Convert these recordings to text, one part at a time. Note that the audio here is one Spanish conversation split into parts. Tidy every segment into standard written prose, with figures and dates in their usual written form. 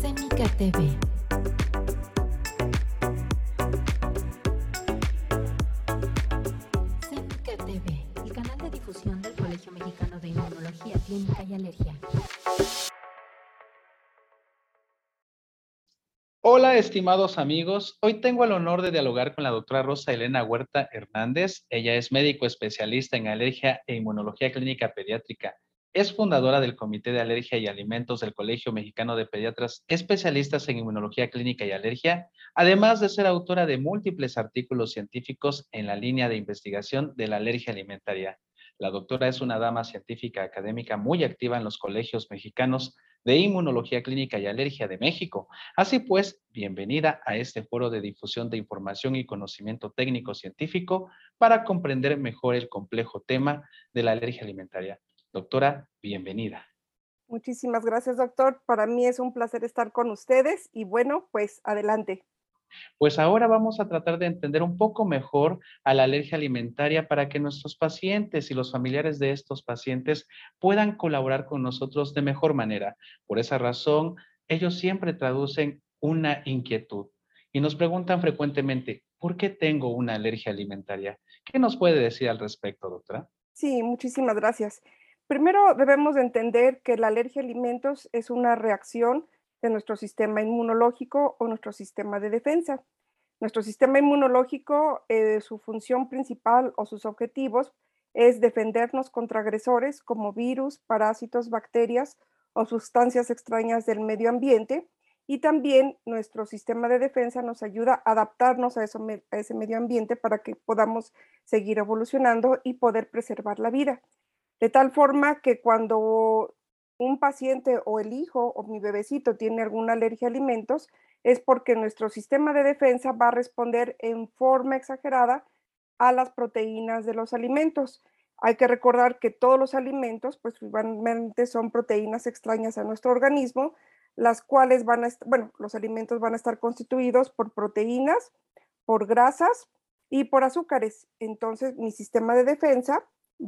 Cénica TV. Cénica TV, el canal de difusión del Colegio Mexicano de Inmunología Clínica y Alergia. Hola, estimados amigos. Hoy tengo el honor de dialogar con la doctora Rosa Elena Huerta Hernández. Ella es médico especialista en alergia e inmunología clínica pediátrica. Es fundadora del Comité de Alergia y Alimentos del Colegio Mexicano de Pediatras, especialistas en inmunología clínica y alergia, además de ser autora de múltiples artículos científicos en la línea de investigación de la alergia alimentaria. La doctora es una dama científica académica muy activa en los colegios mexicanos de inmunología clínica y alergia de México. Así pues, bienvenida a este foro de difusión de información y conocimiento técnico científico para comprender mejor el complejo tema de la alergia alimentaria. Doctora, bienvenida. Muchísimas gracias, doctor. Para mí es un placer estar con ustedes y bueno, pues adelante. Pues ahora vamos a tratar de entender un poco mejor a la alergia alimentaria para que nuestros pacientes y los familiares de estos pacientes puedan colaborar con nosotros de mejor manera. Por esa razón, ellos siempre traducen una inquietud y nos preguntan frecuentemente, ¿por qué tengo una alergia alimentaria? ¿Qué nos puede decir al respecto, doctora? Sí, muchísimas gracias. Primero debemos de entender que la alergia a alimentos es una reacción de nuestro sistema inmunológico o nuestro sistema de defensa. Nuestro sistema inmunológico, su función principal o sus objetivos es defendernos contra agresores como virus, parásitos, bacterias o sustancias extrañas del medio ambiente. Y también nuestro sistema de defensa nos ayuda a adaptarnos a ese medio ambiente para que podamos seguir evolucionando y poder preservar la vida. De tal forma que cuando un paciente o el hijo o mi bebecito tiene alguna alergia a alimentos, es porque nuestro sistema de defensa va a responder en forma exagerada a las proteínas de los alimentos. Hay que recordar que todos los alimentos, pues igualmente son proteínas extrañas a nuestro organismo, las cuales los alimentos van a estar constituidos por proteínas, por grasas y por azúcares. Entonces, mi sistema de defensa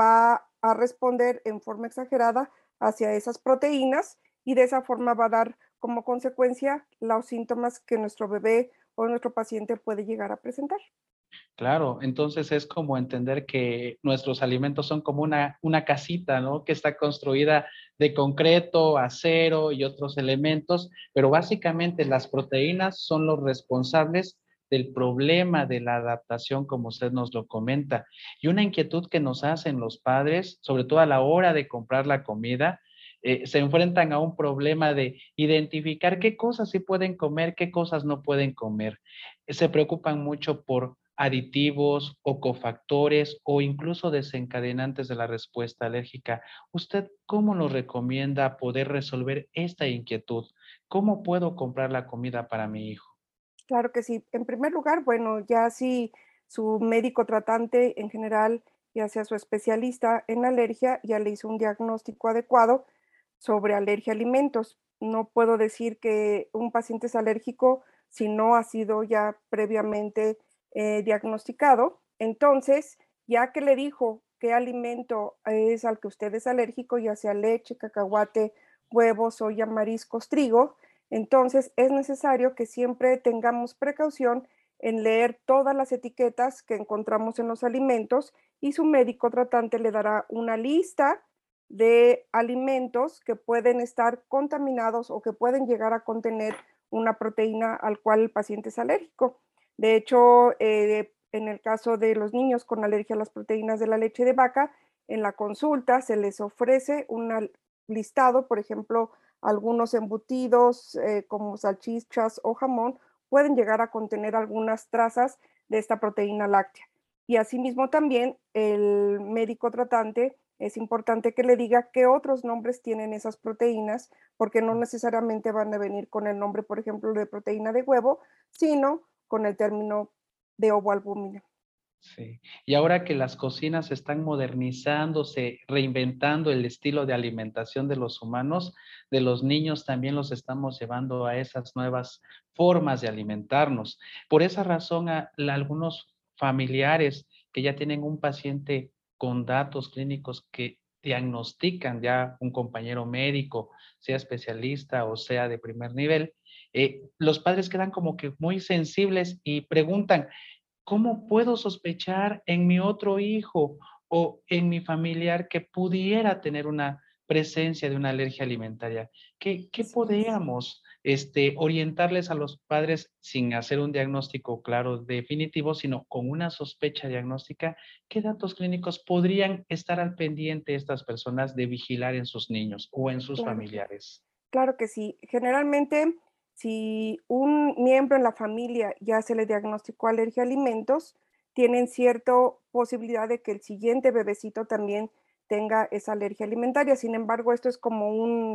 va a responder en forma exagerada hacia esas proteínas y de esa forma va a dar como consecuencia los síntomas que nuestro bebé o nuestro paciente puede llegar a presentar. Claro, entonces es como entender que nuestros alimentos son como una casita, ¿no? Que está construida de concreto, acero y otros elementos, pero básicamente las proteínas son los responsables del problema de la adaptación, como usted nos lo comenta. Y una inquietud que nos hacen los padres, sobre todo a la hora de comprar la comida, se enfrentan a un problema de identificar qué cosas sí pueden comer, qué cosas no pueden comer. Se preocupan mucho por aditivos o cofactores o incluso desencadenantes de la respuesta alérgica. ¿Usted cómo nos recomienda poder resolver esta inquietud? ¿Cómo puedo comprar la comida para mi hijo? Claro que sí. En primer lugar, bueno, ya si su médico tratante en general, ya sea su especialista en alergia, ya le hizo un diagnóstico adecuado sobre alergia a alimentos. No puedo decir que un paciente es alérgico si no ha sido ya previamente diagnosticado. Entonces, ya que le dijo qué alimento es al que usted es alérgico, ya sea leche, cacahuate, huevos, soya, mariscos, trigo, entonces es necesario que siempre tengamos precaución en leer todas las etiquetas que encontramos en los alimentos y su médico tratante le dará una lista de alimentos que pueden estar contaminados o que pueden llegar a contener una proteína al cual el paciente es alérgico. De hecho, en el caso de los niños con alergia a las proteínas de la leche de vaca, en la consulta se les ofrece un listado, por ejemplo, algunos embutidos como salchichas o jamón pueden llegar a contener algunas trazas de esta proteína láctea. Y asimismo también el médico tratante es importante que le diga qué otros nombres tienen esas proteínas, porque no necesariamente van a venir con el nombre, por ejemplo, de proteína de huevo, sino con el término de ovoalbúmina. Sí. Y ahora que las cocinas están modernizándose, reinventando el estilo de alimentación de los humanos, de los niños también los estamos llevando a esas nuevas formas de alimentarnos. Por esa razón, algunos familiares que ya tienen un paciente con datos clínicos que diagnostican ya un compañero médico, sea especialista o sea de primer nivel, los padres quedan como que muy sensibles y preguntan, ¿cómo puedo sospechar en mi otro hijo o en mi familiar que pudiera tener una presencia de una alergia alimentaria? ¿Qué Así es. podríamos orientarles a los padres sin hacer un diagnóstico claro, definitivo, sino con una sospecha diagnóstica? ¿Qué datos clínicos podrían estar al pendiente estas personas de vigilar en sus niños o en sus Claro. familiares? Claro que sí. Generalmente, si un miembro en la familia ya se le diagnosticó alergia a alimentos, tienen cierta posibilidad de que el siguiente bebecito también tenga esa alergia alimentaria. Sin embargo, esto es como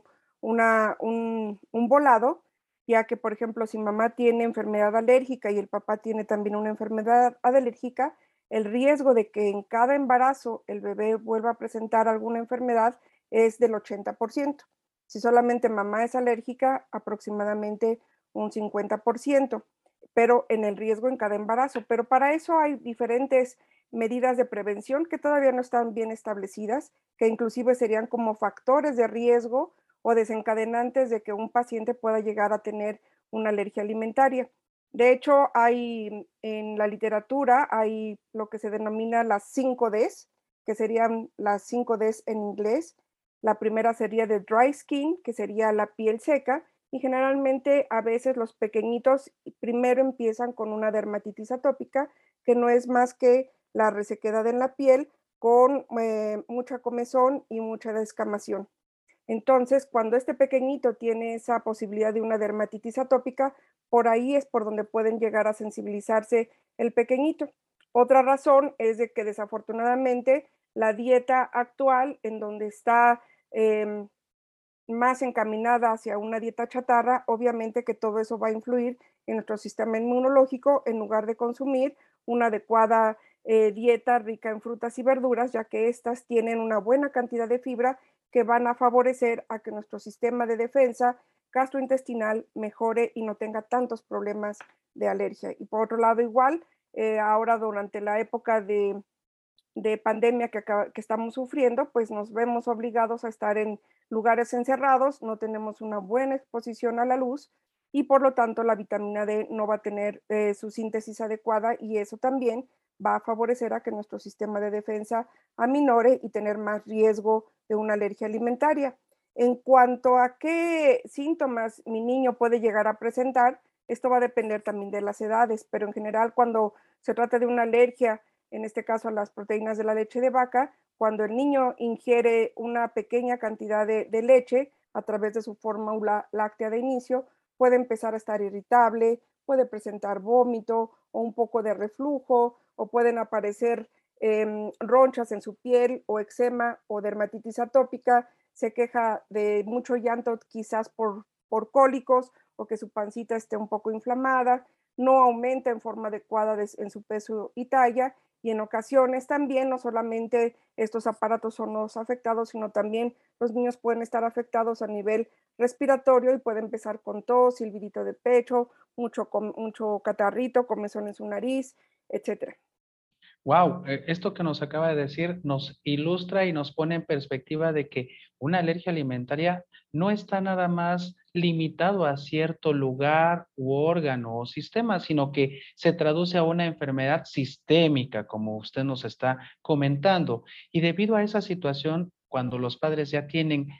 un volado, ya que, por ejemplo, si mamá tiene enfermedad alérgica y el papá tiene también una enfermedad alérgica, el riesgo de que en cada embarazo el bebé vuelva a presentar alguna enfermedad es del 80%. Si solamente mamá es alérgica, aproximadamente un 50%, pero en el riesgo en cada embarazo. Pero para eso hay diferentes medidas de prevención que todavía no están bien establecidas, que inclusive serían como factores de riesgo o desencadenantes de que un paciente pueda llegar a tener una alergia alimentaria. De hecho, hay en la literatura, hay lo que se denomina las 5 Ds, que serían las 5 Ds en inglés. La primera sería de dry skin, que sería la piel seca, y generalmente a veces los pequeñitos primero empiezan con una dermatitis atópica, que no es más que la resequedad en la piel con mucha comezón y mucha descamación. Entonces, cuando este pequeñito tiene esa posibilidad de una dermatitis atópica, por ahí es por donde pueden llegar a sensibilizarse el pequeñito. Otra razón es de que desafortunadamente la dieta actual, en donde está em, más encaminada hacia una dieta chatarra, obviamente que todo eso va a influir en nuestro sistema inmunológico en lugar de consumir una adecuada dieta rica en frutas y verduras, ya que estas tienen una buena cantidad de fibra que van a favorecer a que nuestro sistema de defensa gastrointestinal mejore y no tenga tantos problemas de alergia. Y por otro lado, igual, ahora durante la época de pandemia que estamos sufriendo, pues nos vemos obligados a estar en lugares encerrados, no tenemos una buena exposición a la luz y por lo tanto la vitamina D no va a tener su síntesis adecuada y eso también va a favorecer a que nuestro sistema de defensa aminore y tener más riesgo de una alergia alimentaria. En cuanto a qué síntomas mi niño puede llegar a presentar, esto va a depender también de las edades, pero en general cuando se trata de una alergia, en este caso a las proteínas de la leche de vaca, cuando el niño ingiere una pequeña cantidad de leche a través de su fórmula láctea de inicio, puede empezar a estar irritable, puede presentar vómito o un poco de reflujo, o pueden aparecer ronchas en su piel o eczema o dermatitis atópica, se queja de mucho llanto quizás por cólicos o que su pancita esté un poco inflamada, no aumenta en forma adecuada en su peso y talla y en ocasiones también no solamente estos aparatos son los afectados, sino también los niños pueden estar afectados a nivel respiratorio y puede empezar con tos, silbidito de pecho, mucho catarrito, comezón en su nariz, etcétera. Wow, esto que nos acaba de decir nos ilustra y nos pone en perspectiva de que una alergia alimentaria no está nada más limitado a cierto lugar u órgano o sistema, sino que se traduce a una enfermedad sistémica, como usted nos está comentando. Y debido a esa situación, cuando los padres ya tienen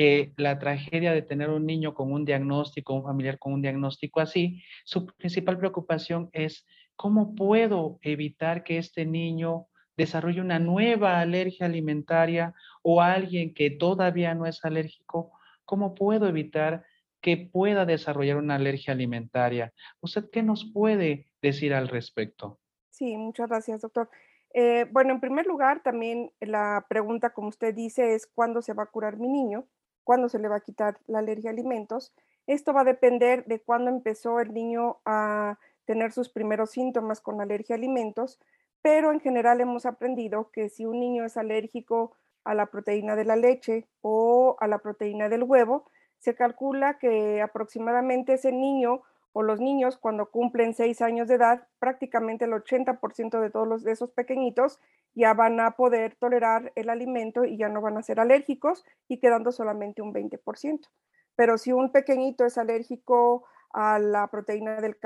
la tragedia de tener un niño con un diagnóstico, un familiar con un diagnóstico así, su principal preocupación es ¿cómo puedo evitar que este niño desarrolle una nueva alergia alimentaria o alguien que todavía no es alérgico? ¿Cómo puedo evitar que pueda desarrollar una alergia alimentaria? ¿Usted qué nos puede decir al respecto? Sí, muchas gracias, doctor. Bueno, en primer lugar, también la pregunta, como usted dice, es cuándo se va a curar mi niño, cuándo se le va a quitar la alergia a alimentos. Esto va a depender de cuándo empezó el niño a tener sus primeros síntomas con alergia a alimentos, pero en general hemos aprendido que si un niño es alérgico a la proteína de la leche o a la proteína del huevo, se calcula que aproximadamente ese niño o los niños cuando cumplen 6 años de edad, prácticamente el 80% de todos de esos pequeñitos ya van a poder tolerar el alimento y ya no van a ser alérgicos y quedando solamente un 20%. Pero si un pequeñito es alérgico a la proteína del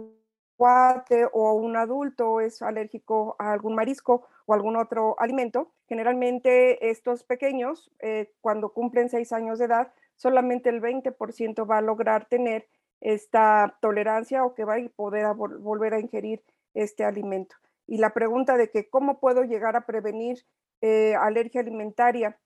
cacahuate, o un adulto es alérgico a algún marisco o algún otro alimento, generalmente estos pequeños, cuando cumplen 6 años de edad, solamente el 20% va a lograr tener esta tolerancia o que va a poder volver a ingerir este alimento. Y la pregunta de que cómo puedo llegar a prevenir alergia alimentaria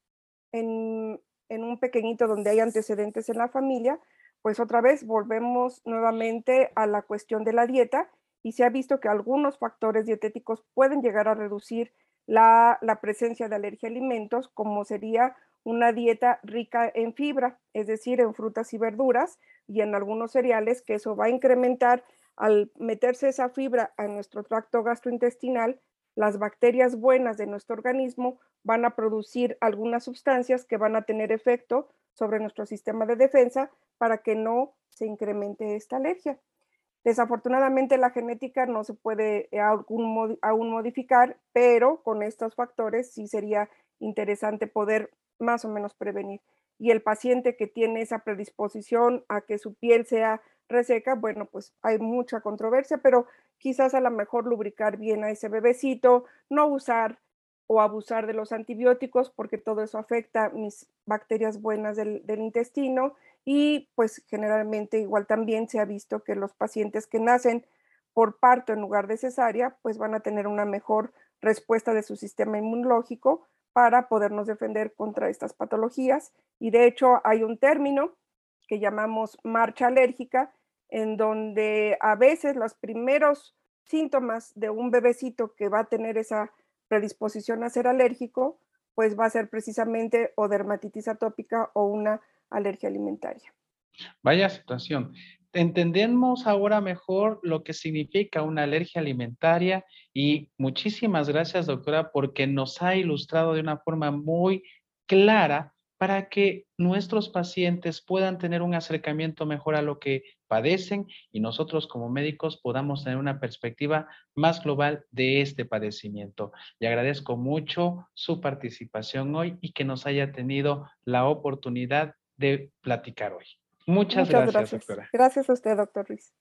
en, en un pequeñito donde hay antecedentes en la familia, pues otra vez volvemos nuevamente a la cuestión de la dieta y se ha visto que algunos factores dietéticos pueden llegar a reducir la presencia de alergia a alimentos, como sería una dieta rica en fibra, es decir, en frutas y verduras y en algunos cereales, que eso va a incrementar al meterse esa fibra a nuestro tracto gastrointestinal, las bacterias buenas de nuestro organismo van a producir algunas sustancias que van a tener efecto sobre nuestro sistema de defensa para que no se incremente esta alergia. Desafortunadamente la genética no se puede aún modificar, pero con estos factores sí sería interesante poder más o menos prevenir. Y el paciente que tiene esa predisposición a que su piel sea reseca, bueno, pues hay mucha controversia, pero quizás a lo mejor lubricar bien a ese bebecito, no usar o abusar de los antibióticos, porque todo eso afecta mis bacterias buenas del intestino y pues generalmente igual también se ha visto que los pacientes que nacen por parto en lugar de cesárea, pues van a tener una mejor respuesta de su sistema inmunológico para podernos defender contra estas patologías. Y de hecho hay un término que llamamos marcha alérgica, en donde a veces los primeros síntomas de un bebecito que va a tener esa predisposición a ser alérgico, pues va a ser precisamente o dermatitis atópica o una alergia alimentaria. Vaya situación. Entendemos ahora mejor lo que significa una alergia alimentaria y muchísimas gracias, doctora, porque nos ha ilustrado de una forma muy clara para que nuestros pacientes puedan tener un acercamiento mejor a lo que padecen y nosotros como médicos podamos tener una perspectiva más global de este padecimiento. Le agradezco mucho su participación hoy y que nos haya tenido la oportunidad de platicar hoy. Muchas Muchas gracias, gracias. doctora. Gracias a usted, doctor Ruiz.